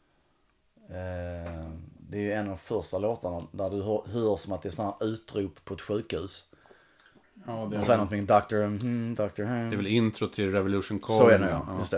Uh, det är ju en av de första låtarna där du hör, hör som att det är sådana utrop på ett sjukhus. Ja, det är och sen någonting doktor mm, doktor hmm. Det är väl intro till Revolution Call. Så är det ja, just det.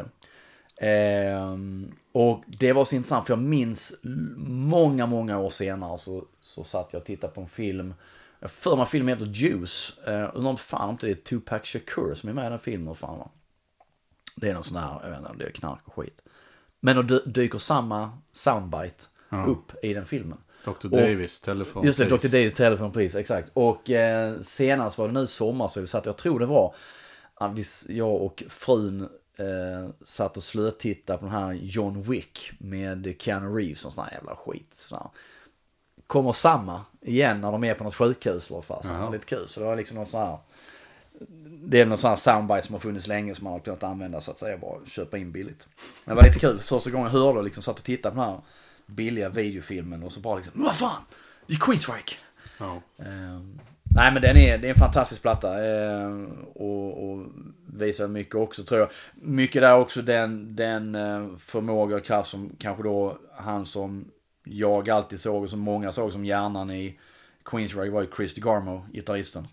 Uh, och det var så intressant för jag minns många, många år senare så, så satt jag och tittade på en film. Jag för mig filmen heter Juice. Uh, undrar om fan inte det är Tupac Shakur som är med i den filmen. Fan, va? Det är någon sån här, jag vet inte, det är knark och skit. Men då dyker samma soundbite ja. upp i den filmen. doktor Davis, telefon. Just det, doktor Davis, telefon, please, exakt. Och eh, senast var det nu sommar så vi satt, jag tror det var, jag och frun eh, satt och slötittade på den här John Wick med Keanu Reeves och sån här jävla skit. Sån här. Kommer samma igen när de är på något sjukhus eller fast. Det var lite kul, så det var liksom något sån här. Det är någon sån här soundbite som har funnits länge som man har kunnat använda så att säga, bara köpa in billigt. Men det var lite kul, första gången jag hörde och liksom satt och tittade på den här billiga videofilmen och så bara liksom, vad fan, det är Queensryche. Oh. Uh, nej men den är, det är en fantastisk platta uh, och, och visar mycket också tror jag. Mycket där också den, den uh, förmåga och kraft som kanske då han som jag alltid såg och som många såg som hjärnan i Queensryche var ju Chris DeGarmo, gitarristen.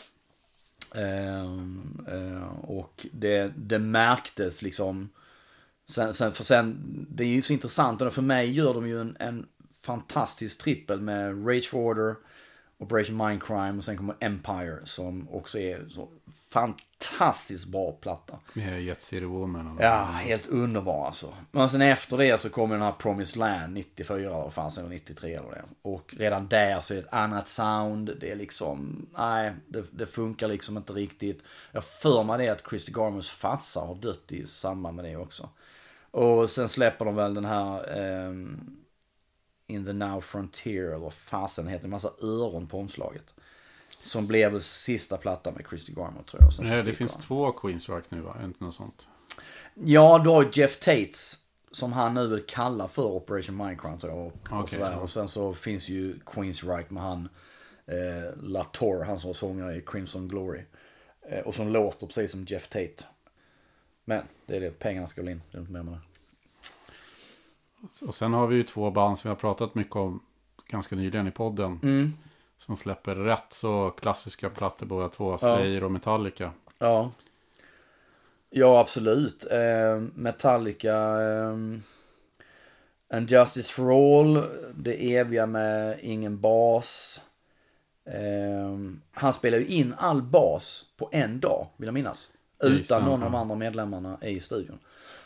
Uh, uh, och det, det märktes liksom sen, sen, för sen det är ju så intressant och för mig gör de ju en, en fantastisk trippel med Rage for Order, Operation Mindcrime och sen kommer Empire som också är så fantastiskt bra platta med Jet City Woman. Ja, helt underbar alltså. Men sen efter det så kommer den här Promised Land nittiofyra och fanns eller nittiotre eller det. Och redan där så är det ett annat sound. Det är liksom, nej, det, det funkar liksom inte riktigt. Jag för mig det att Chris DeGarmos farsa har dött i samband med det också. Och sen släpper de väl den här um, In the Now Frontier eller fasen heter en massa öron på omslaget. Som blev sista platta med Chris DeGarmo tror jag. Nej, det finns han. två Queensryche nu va? Inte något sånt. Ja, du har Jeff Tates som han nu vill kalla för Operation Mindcrime tror jag. Och, okay, och, sådär. Ja. Och sen så finns ju Queensryche med han eh, Latour, han som var sångare i Crimson Glory. Eh, och som låter precis som Jeff Tate. Men det är det, pengarna ska väl in. Det är inte mer med det. Och sen har vi ju två band som vi har pratat mycket om ganska nyligen i podden. Mm. Som släpper rätt så klassiska plattor båda två. Slayer och Metallica. Ja. Ja, absolut. Eh, Metallica, eh, And Justice for All, det eviga med ingen bas. Eh, han spelar ju in all bas på en dag, vill jag minnas. Utan någon av de andra medlemmarna i studion.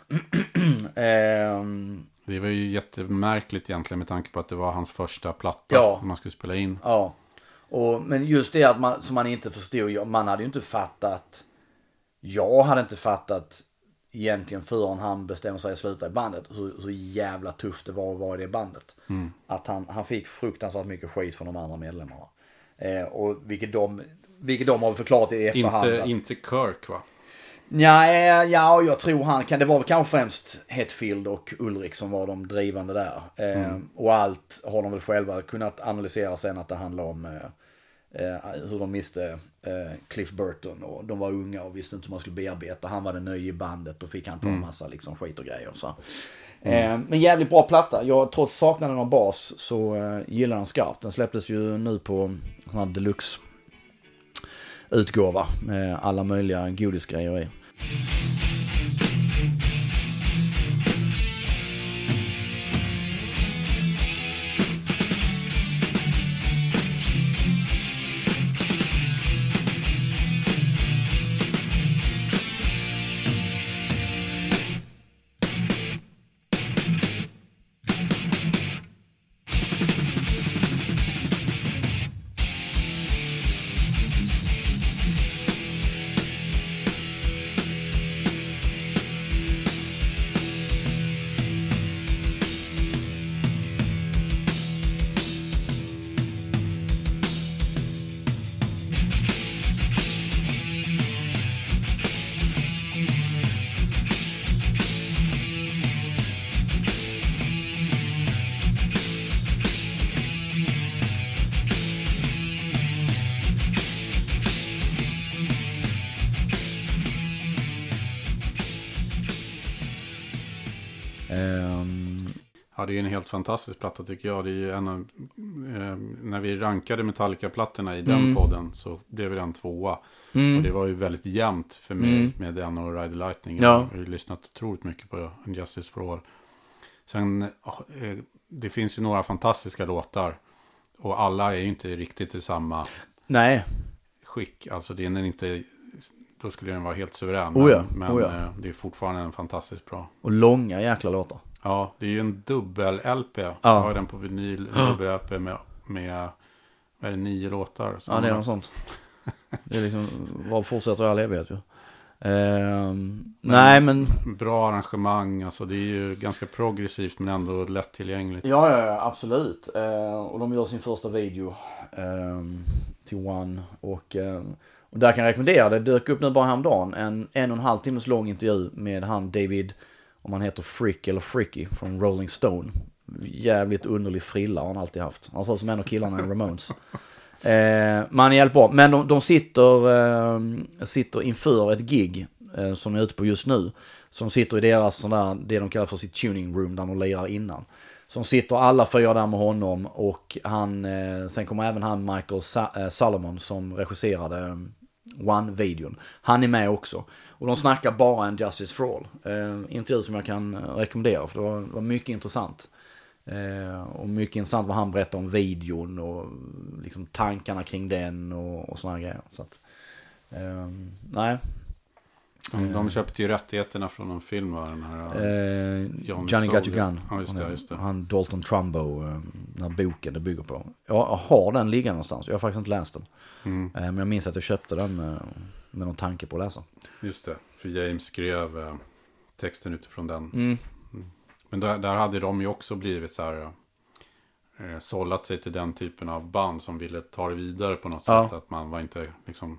eh, Det var ju jättemärkligt egentligen med tanke på att det var hans första platta ja. man skulle spela in. Ja, och, men just det att man, som man inte förstod, man hade ju inte fattat, jag hade inte fattat egentligen förrän han bestämde sig att sluta i bandet, hur, hur jävla tufft det var att vara i det bandet. Mm. Att han, han fick fruktansvärt mycket skit från de andra medlemmarna. Eh, och vilket de, vilket de har förklarat i efterhand. Inte, att, inte Kirk va? Ja, ja, jag tror han kan. Det var väl kanske främst Hetfield och Ulrik som var de drivande där. Mm. Eh, och allt har de väl själva kunnat analysera sen att det handlar om eh, hur de miste eh, Cliff Burton. Och de var unga och visste inte hur man skulle bearbeta. Han var den nya i bandet och fick han ta en massa liksom, skit och grejer. Så. Mm. Eh, men jävligt bra platta. Jag, trots saknaden av bas så eh, gillar den skarpt. Den släpptes ju nu på sån här deluxe utgåva med alla möjliga godisgrejer i. Ja, det är en helt fantastisk platta tycker jag. Det är ju en av, eh, när vi rankade Metallica-plattorna i den mm. podden så blev det en tvåa. Mm. Och det var ju väldigt jämnt för mig mm. med den och Ride the Lightning. Ja. Jag har ju lyssnat otroligt mycket på Justice for All. Sen, eh, det finns ju några fantastiska låtar. Och alla är ju inte riktigt i samma Nej. skick. Alltså den är inte... Då skulle den vara helt suverän. Oh ja, men oh ja. eh, det är fortfarande en fantastiskt bra. Och långa jäkla låtar. Ja, det är ju en dubbel-L P. Ja. Jag har den på vinyl, dubbel-L P med, med vad är det, nio låtar. Ja, det är något sånt. Det är liksom, vad fortsätter all evighet ju. Ehm, nej, men... Bra arrangemang, alltså det är ju ganska progressivt men ändå lättillgängligt. Ja, ja, ja absolut. Ehm, och de gör sin första video ehm, till One. Och, ehm, och där kan jag rekommendera, det dök upp nu bara häromdagen, en en och en halv timmes lång intervju med han David, om han heter Frick eller Fricky från Rolling Stone. Jävligt underlig frilla har han alltid haft. Han sa som en av killarna i Ramones. Eh, man hjälper bra. Men de, de sitter, eh, sitter inför ett gig eh, som är ute på just nu. Som sitter i deras sån där, det de kallar för sitt tuning room där de lirar innan. Som sitter alla fyra där med honom och han, eh, sen kommer även han Michael Sa- eh, Solomon som regisserade eh, One-videon. Han är med också. Och de snackar bara en Justice for All. Eh, intervju som jag kan rekommendera för det var, var mycket intressant. Eh, och mycket intressant vad han berättar om videon och liksom tankarna kring den och, och såna grejer. Så att, eh, nej. De, de köpte ju rättigheterna från en film va? Den här, eh, Johnny, Johnny Got Your Gun. Ja, just det, just det. Han Dalton Trumbo, eh, den här boken det bygger på. Jag har den liggande någonstans. Jag har faktiskt inte läst den. Mm. Eh, men jag minns att jag köpte den med, med någon tanke på att läsa. Just det, för James skrev eh, texten utifrån den. Mm. Men där, där hade de ju också blivit så här eh, sållat sig till den typen av band som ville ta det vidare på något ja. sätt. Att man var inte liksom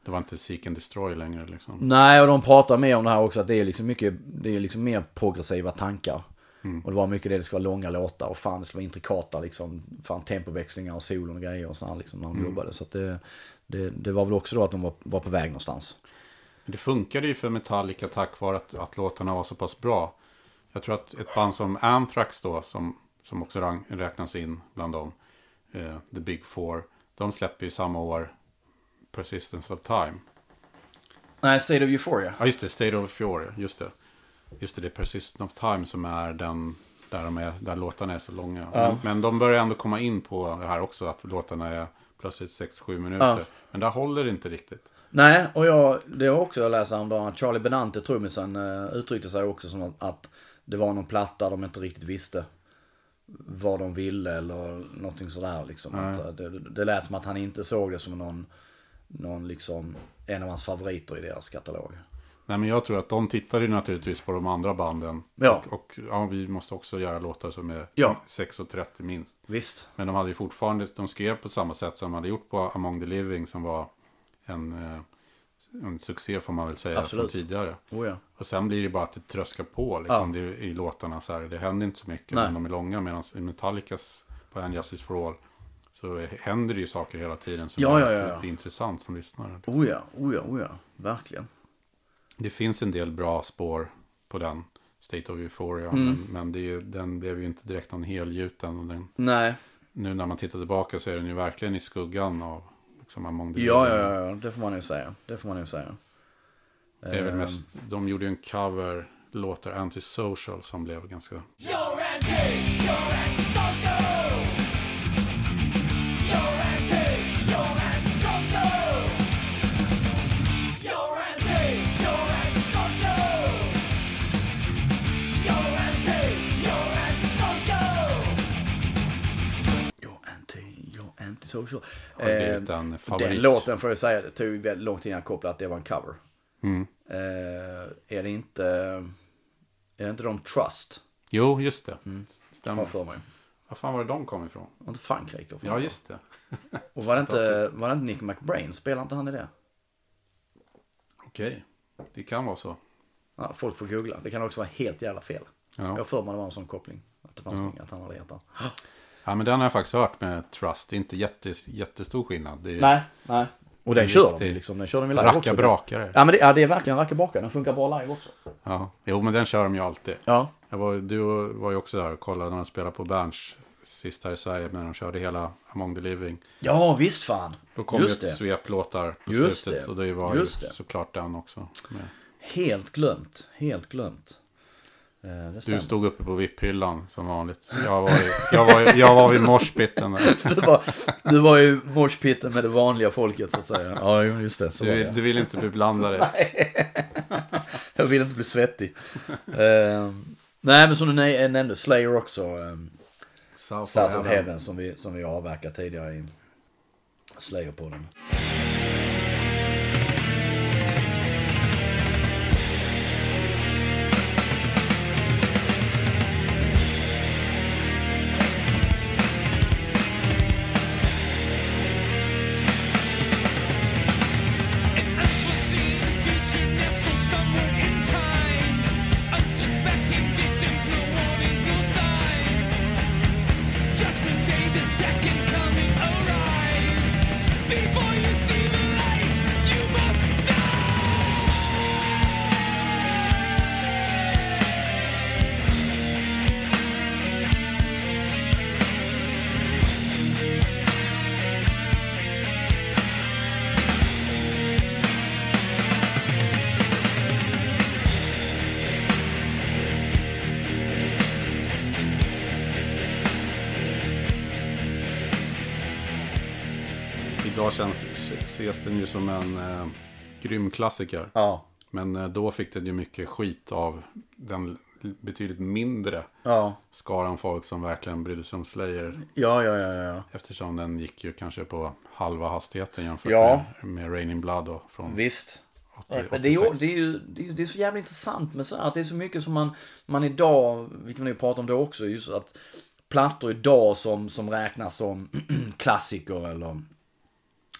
Det var inte Seek and Destroy längre liksom. Nej, och de pratar mer om det här också, att det är liksom mycket, det är liksom mer progressiva tankar. Mm. Och det var mycket det, det ska vara långa låtar och fan det ska vara intrikata liksom, fan tempoväxlingar och solon och grejer och sådär liksom när de mm. jobbade. Så att det, det, det var väl också då att de var, var på väg någonstans. Men det funkade ju för Metallica tack vare att, att låtarna var så pass bra. Jag tror att ett band som Anthrax då, som, som också rang, räknas in bland dem, eh, The Big Four, de släpper ju samma år Persistence of Time. Nej, State of Euphoria. Ja, just det, State of Euphoria, just det. Just det, det är Persistence of Time som är den där, de är, där låtarna är så långa. Ja. Men, men de börjar ändå komma in på det här också, att låtarna är plötsligt sex sju minuter. Ja. Men där håller det inte riktigt. Nej, och jag, det har också jag läst om då, att Charlie Benante, trummisen, uttryckte sig också som att, att det var någon platta de inte riktigt visste vad de ville eller någonting sådär liksom. Att det, det lät som att han inte såg det som någon, någon liksom, en av hans favoriter i deras katalog. Nej, men jag tror att de tittade ju naturligtvis på de andra banden. Ja. Och, och ja, vi måste också göra låtar som är ja. sex och trettio minst. Visst. Men de hade ju fortfarande, de skrev på samma sätt som de hade gjort på Among the Living, som var en, en succé får man väl säga. Absolut. Från tidigare. Oh ja. Och sen blir det bara att det tröskar på liksom, ja. det, i låtarna. Så här. Det händer inte så mycket när de är långa, medan i Metallicas på And Justice for All så händer det ju saker hela tiden som ja, är ja, ja. lite intressant som lyssnare. Liksom. Oh ja, oh ja, oh ja, verkligen. Det finns en del bra spår på den State of Euphoria. Mm. Men, men det är ju, den blev ju inte direkt någon helgjuten. Och den, nej. Nu när man tittar tillbaka så är den ju verkligen i skuggan av liksom, Among the ja, ja, ja, det får man ju säga. Det får man ju säga. Det är väl mest, de gjorde ju en cover, låter Antisocial, som blev ganska... You're anti, you're antisocial. Social. Har det blivit en favorit? Den låten får jag säga, det tog väldigt lång tid att koppla att det var en cover. Mm. Eh, är det inte är det inte de Trust? Jo, just det. Mm. Stämmer. För mig. Var fan var det de kom ifrån? Var inte Frankrike? Ja, just det. Och var det inte, var det inte Nick McBrain? Spelar inte han i det? Okej, det kan vara så. Ja, folk får googla. Det kan också vara helt jävla fel. Ja. Jag har för mig det var en sån koppling. Att det fanns ja. Inga, att han hade hetat. Ja, men den har jag faktiskt hört med Trust. Det är inte jättes, jättestor skillnad. Det är, nej, nej. Och den kör de liksom. Den kör de i live också. Racka-brakare. Ja, men det, ja, det är verkligen racka-brakare. Den funkar bra live också. Ja, jo, men den kör de ju alltid. Ja. Jag var, du var ju också där och kollade när de spelade på Berns sist här i Sverige. När de körde hela Among the Living. Ja, visst fan. Då kom ju ett sveplåtar på just slutet. Det. Så det var just ju det. såklart den också. Med. Helt glömt. Helt glömt. Du stod uppe på V I P-hyllan som vanligt. Jag var, ju, jag var, jag var vid morspitten. Du var, du var ju morspitten med det vanliga folket så att säga. Ja, just det. Så du, du vill inte bli blandare. Nej. Jag vill inte bli svettig. uh, nej, men som du nämnde, Slayer också. Um, South, South of Heaven som vi, som vi avverkat tidigare i Slayer-podden. Idag känns, ses den ju som en eh, grym klassiker. Ja. Men eh, då fick den ju mycket skit av den betydligt mindre ja. skaran folk som verkligen brydde sig om Slayer. Ja, ja, ja, ja. Eftersom den gick ju kanske på halva hastigheten jämfört ja. med, med Rain in Blood då, från visst. åttio, men det är, ju, det, är ju, det, är, det är så jävla intressant med så att det är så mycket som man, man idag, vi kan ju prata om det också, just att plattor idag som, som räknas som klassiker eller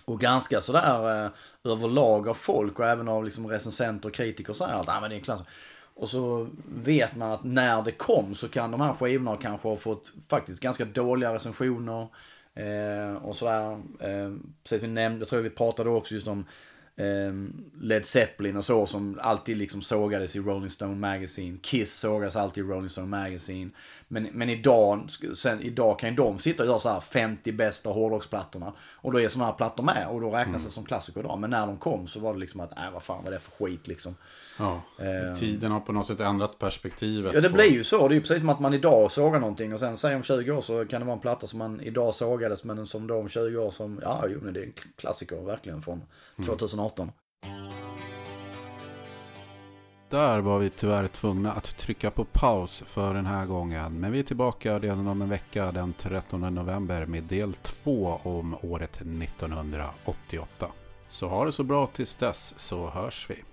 Och ganska sådär eh, överlag av folk och även av liksom recensenter och kritiker så här att ah, men det är en klassiker. Och så vet man att när det kom så kan de här skivorna kanske ha fått faktiskt ganska dåliga recensioner eh, och sådär. Eh, så vi nämnde, jag tror vi pratade också just om eh, Led Zeppelin och så som alltid liksom sågades i Rolling Stone Magazine. Kiss sågades alltid i Rolling Stone Magazine. Men, men idag, sen, idag kan de sitta och göra så här femtio bästa hårdrocksplattorna och då är sådana här plattor med och då räknas mm. det som klassiker idag. Men när de kom så var det liksom att, nej vad fan var det för skit liksom. Ja, eh, tiden har på något sätt ändrat perspektivet. Ja, det på... blir ju så. Det är ju precis som att man idag sågar någonting och sen säger om tjugo år så kan det vara en platta som man idag sågades men som då om tjugo år som, ja jo men det är en klassiker verkligen från tjugoarton. Där var vi tyvärr tvungna att trycka på paus för den här gången. Men vi är tillbaka redan om en vecka den trettonde november med del två om året nittonhundraåttioåtta. Så ha det så bra tills dess så hörs vi.